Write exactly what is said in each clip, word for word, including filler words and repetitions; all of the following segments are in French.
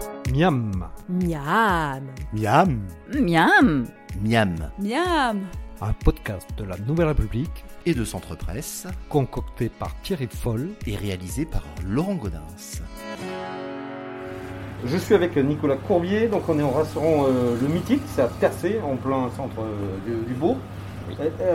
Miam. Miam. Miam. Miam. Miam. Miam. Un podcast de la Nouvelle République Et de Centre Presse concocté par Thierry Foll et réalisé par Laurent Godin. Je suis avec Nicolas Courbier, donc on est au restaurant euh, Le Mythique, c'est à Tercé, en plein centre euh, du, du Beau. Oui.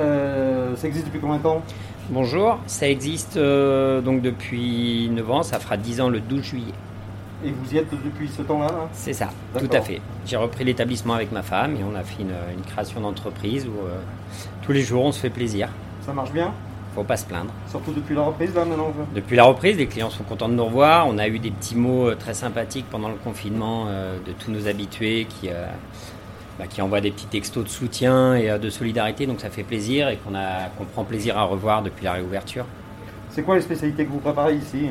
Euh, ça existe depuis combien de temps? Bonjour, ça existe euh, donc depuis neuf ans, ça fera dix ans le douze juillet. Et vous y êtes depuis ce temps-là là? C'est ça, D'accord. tout à fait. J'ai repris l'établissement avec ma femme et on a fait une, une création d'entreprise où euh, tous les jours on se fait plaisir. Ça marche bien? Faut pas se plaindre. Surtout depuis la reprise là maintenant? Depuis la reprise, les clients sont contents de nous revoir. On a eu des petits mots euh, très sympathiques pendant le confinement euh, de tous nos habitués qui, euh, bah, qui envoient des petits textos de soutien et euh, de solidarité, donc ça fait plaisir et qu'on a, qu'on prend plaisir à revoir depuis la réouverture. C'est quoi les spécialités que vous préparez ici?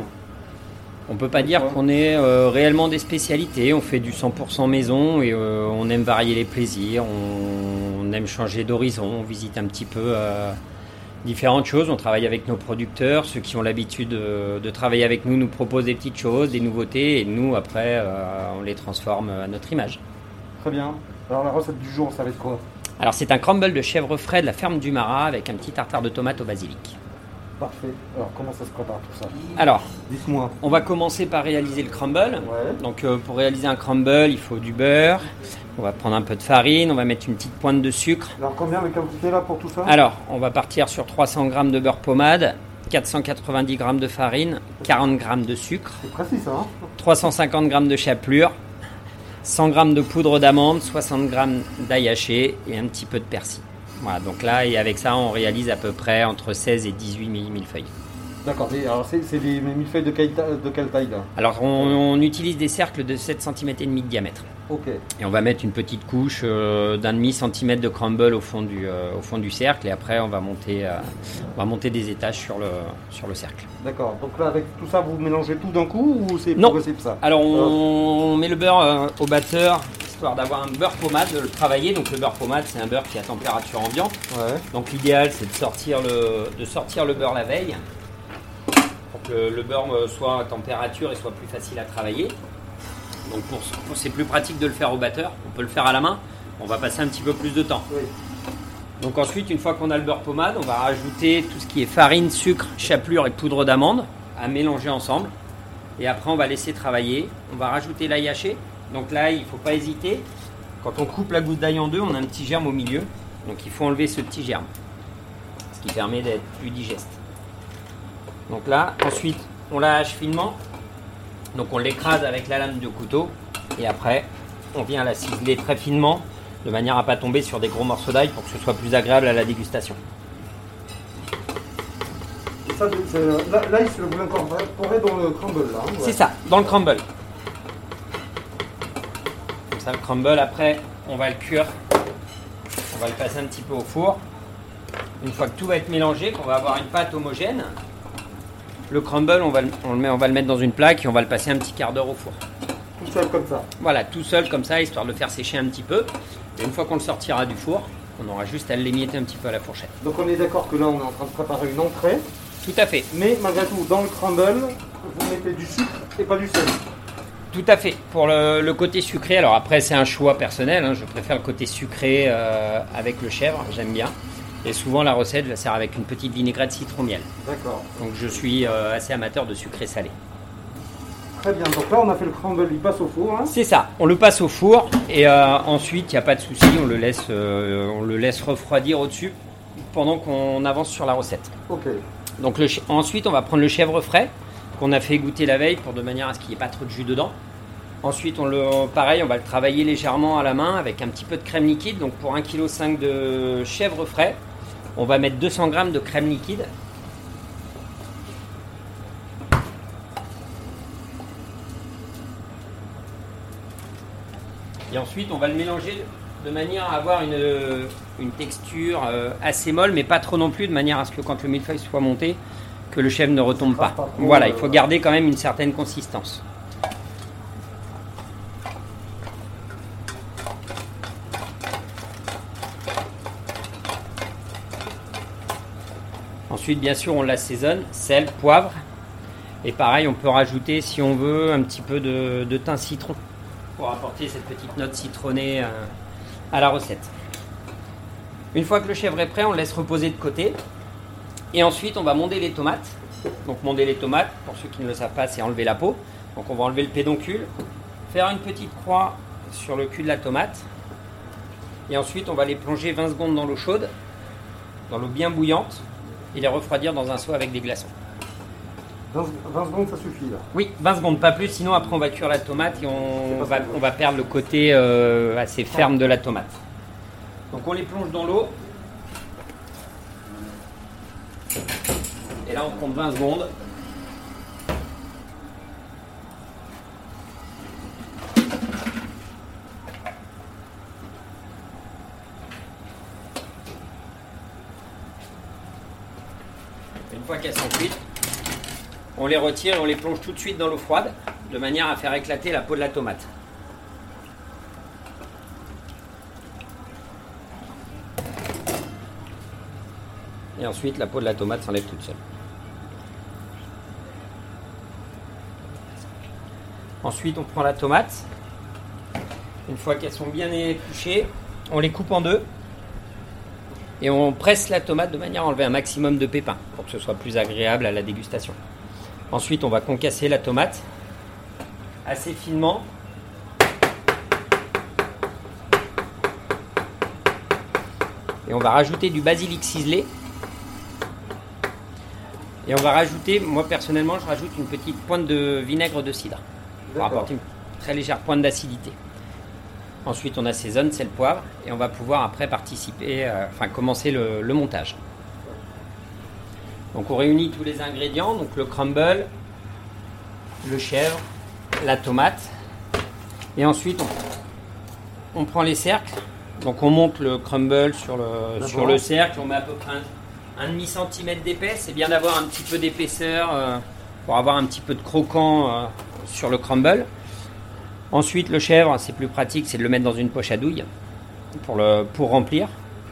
On ne peut pas dire qu'on ait euh, réellement des spécialités, on fait du cent pour cent maison et euh, on aime varier les plaisirs, on, on aime changer d'horizon, on visite un petit peu euh, différentes choses, on travaille avec nos producteurs, ceux qui ont l'habitude de, de travailler avec nous nous proposent des petites choses, des nouveautés et nous après euh, on les transforme à notre image. Très bien. Alors la recette du jour, ça va être quoi? Alors c'est un crumble de chèvre frais de la ferme du Marat avec un petit tartare de tomates au basilic. Parfait. Alors comment ça se prépare tout ça? Alors, Dites-moi. on va commencer par réaliser le crumble. Ouais. Donc euh, pour réaliser un crumble, il faut du beurre, on va prendre un peu de farine, on va mettre une petite pointe de sucre. Alors combien de quantité là pour tout ça? Alors, on va partir sur trois cents grammes de beurre pommade, quatre cent quatre-vingt-dix grammes de farine, quarante grammes de sucre, C'est précis ça, hein? trois cent cinquante grammes de chapelure, cent grammes de poudre d'amande, soixante grammes d'ail haché et un petit peu de persil. Voilà, donc là, et avec ça, on réalise à peu près entre seize et dix-huit millefeuilles. D'accord. Et alors c'est, c'est des millefeuilles de quelle, ta- de quelle taille là? Alors, on, on utilise des cercles de sept centimètres et demi de diamètre. Ok. Et on va mettre une petite couche euh, d'un demi centimètre de crumble au fond du, euh, au fond du cercle. Et après, on va monter, euh, on va monter des étages sur le, sur le cercle. D'accord. Donc là, avec tout ça, vous mélangez tout d'un coup ou c'est Non. progressif ça? Alors, on, on met le beurre euh, au batteur, histoire d'avoir un beurre pommade, de le travailler. Donc, le beurre pommade, c'est un beurre qui est à température ambiante. Ouais. Donc, l'idéal, c'est de sortir le, de sortir le beurre la veille pour que le, le beurre euh, soit à température et soit plus facile à travailler. Donc, pour, pour- c'est plus pratique de le faire au batteur. On peut le faire à la main. On va passer un petit peu plus de temps. Oui. Donc ensuite, une fois qu'on a le beurre pommade, on va rajouter tout ce qui est farine, sucre, chapelure et poudre d'amande à mélanger ensemble. Et après, on va laisser travailler. On va rajouter l'ail haché. Donc l'ail, il ne faut pas hésiter. Quand on coupe la goutte d'ail en deux, on a un petit germe au milieu. Donc il faut enlever ce petit germe, ce qui permet d'être plus digeste. Donc là, ensuite, on la hache finement. Donc on l'écrase avec la lame de couteau. Et après, on vient la ciseler très finement, de manière à ne pas tomber sur des gros morceaux d'ail pour que ce soit plus agréable à la dégustation. Et ça, c'est, là, là, il se vous l'incorporez dans le crumble là. hein, ouais. C'est ça, dans le crumble. Comme ça, le crumble, après, on va le cuire. On va le passer un petit peu au four. Une fois que tout va être mélangé, qu'on va avoir une pâte homogène, le crumble, on va, le, on, le met, on va le mettre dans une plaque et on va le passer un petit quart d'heure au four. Tout seul comme ça. Voilà, tout seul comme ça, histoire de le faire sécher un petit peu. Et une fois qu'on le sortira du four, on aura juste à l'émietter un petit peu à la fourchette. Donc on est d'accord que là, on est en train de préparer une entrée. Tout à fait. Mais malgré tout, dans le crumble, vous mettez du sucre et pas du sel. Tout à fait. Pour le, le côté sucré, alors après c'est un choix personnel, hein, je préfère le côté sucré euh, avec le chèvre, j'aime bien. Et souvent la recette, je la sers avec une petite vinaigrette citron-miel. D'accord. Donc je suis euh, assez amateur de sucré salé. Très bien. Donc là, on a fait le crumble, il passe au four. Hein. C'est ça, on le passe au four et euh, ensuite, il n'y a pas de souci, on le laisse, euh, on le laisse refroidir au-dessus pendant qu'on avance sur la recette. Ok. Donc le ch- ensuite, on va prendre le chèvre frais qu'on a fait égoutter la veille pour de manière à ce qu'il n'y ait pas trop de jus dedans. Ensuite, on le, pareil, on va le travailler légèrement à la main avec un petit peu de crème liquide. Donc pour un virgule cinq kilos de chèvre frais, on va mettre deux cents grammes de crème liquide. Et ensuite, on va le mélanger de manière à avoir une, une texture euh, assez molle, mais pas trop non plus, de manière à ce que quand le millefeuille soit monté, que le chèvre ne retombe pas. pas trop, Voilà, euh, il faut garder quand même une certaine consistance. Ensuite, bien sûr, on l'assaisonne, sel, poivre. Et pareil, on peut rajouter, si on veut, un petit peu de, de thym citron pour apporter cette petite note citronnée euh, à la recette. Une fois que le chèvre est prêt, on le laisse reposer de côté. Et ensuite, on va monder les tomates. Donc monder les tomates, pour ceux qui ne le savent pas, c'est enlever la peau. Donc on va enlever le pédoncule, faire une petite croix sur le cul de la tomate. Et ensuite, on va les plonger vingt secondes dans l'eau chaude, dans l'eau bien bouillante, et les refroidir dans un seau avec des glaçons. vingt, vingt secondes, ça suffit là. Oui, vingt secondes, pas plus, sinon après on va cuire la tomate et on, va, on va perdre le côté euh, assez ferme de la tomate. Donc on les plonge dans l'eau. Et là on compte vingt secondes. Une fois qu'elles sont cuites, on les retire et on les plonge tout de suite dans l'eau froide, de manière à faire éclater la peau de la tomate. Et ensuite, la peau de la tomate s'enlève toute seule. Ensuite, on prend la tomate. Une fois qu'elles sont bien épluchées, on les coupe en deux. Et on presse la tomate de manière à enlever un maximum de pépins pour que ce soit plus agréable à la dégustation. Ensuite, on va concasser la tomate assez finement. Et on va rajouter du basilic ciselé. Et on va rajouter, moi personnellement, je rajoute une petite pointe de vinaigre de cidre pour D'accord. apporter une très légère pointe d'acidité. Ensuite, on assaisonne, sel, poivre, et on va pouvoir après participer, euh, enfin commencer le, le montage. Donc on réunit tous les ingrédients, donc le crumble, le chèvre, la tomate, et ensuite on, on prend les cercles. Donc on monte le crumble sur le, sur le cercle, on met à peu près un, un demi centimètre d'épaisse. C'est bien d'avoir un petit peu d'épaisseur euh, pour avoir un petit peu de croquant euh, sur le crumble. Ensuite, le chèvre, c'est plus pratique, c'est de le mettre dans une poche à douille pour, le, pour remplir.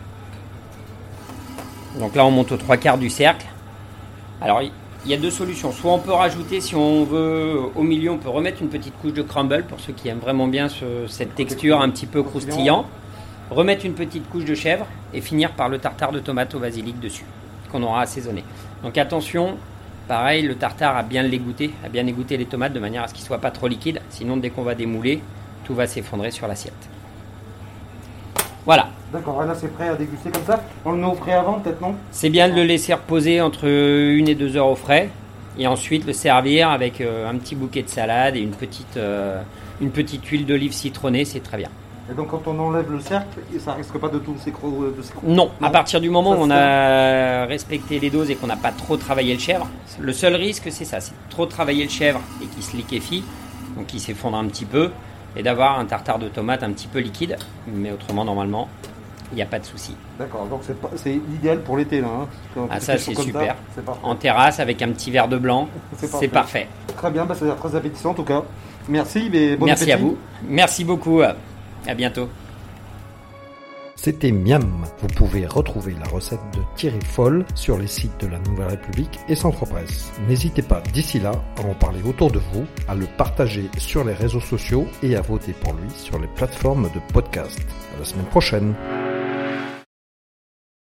Donc là, on monte aux trois quarts du cercle. Alors, il y a deux solutions. Soit on peut rajouter, si on veut, au milieu, on peut remettre une petite couche de crumble pour ceux qui aiment vraiment bien ce, cette texture un petit peu croustillant. Remettre une petite couche de chèvre et finir par le tartare de tomate au basilic dessus, qu'on aura assaisonné. Donc attention. Pareil, le tartare a bien l'égoutter, a bien égoutter les tomates de manière à ce qu'il ne soit pas trop liquide. Sinon, dès qu'on va démouler, tout va s'effondrer sur l'assiette. Voilà. D'accord, là c'est prêt à déguster comme ça. On le met au frais avant peut-être, non? C'est bien de le laisser reposer entre une et deux heures au frais. Et ensuite le servir avec euh, un petit bouquet de salade et une petite, euh, une petite huile d'olive citronnée, c'est très bien. Et donc quand on enlève le cercle, ça risque pas de tout s'écro- de s'écro- Non, à partir du moment Ça, où on c'est- a respecté les doses et qu'on n'a pas trop travaillé le chèvre, le seul risque c'est ça, c'est de trop travailler le chèvre et qu'il se liquéfie, donc qu'il s'effondre un petit peu, et d'avoir un tartare de tomate un petit peu liquide, mais autrement normalement, il n'y a pas de souci. D'accord, donc c'est, pas, c'est idéal pour l'été là. Hein. Quand Ah tu ça fais c'est comme super. ça, c'est parfait. En terrasse avec un petit verre de blanc, C'est c'est parfait. parfait. Très bien, bah, ça a l'air très appétissant en tout cas. Merci, mais bon Merci appétit. à vous. Merci beaucoup. À bientôt. C'était Miam. Vous pouvez retrouver la recette de Thierry Foll sur les sites de la Nouvelle République et Centre Presse. N'hésitez pas d'ici là à en parler autour de vous, à le partager sur les réseaux sociaux et à voter pour lui sur les plateformes de podcast. À la semaine prochaine.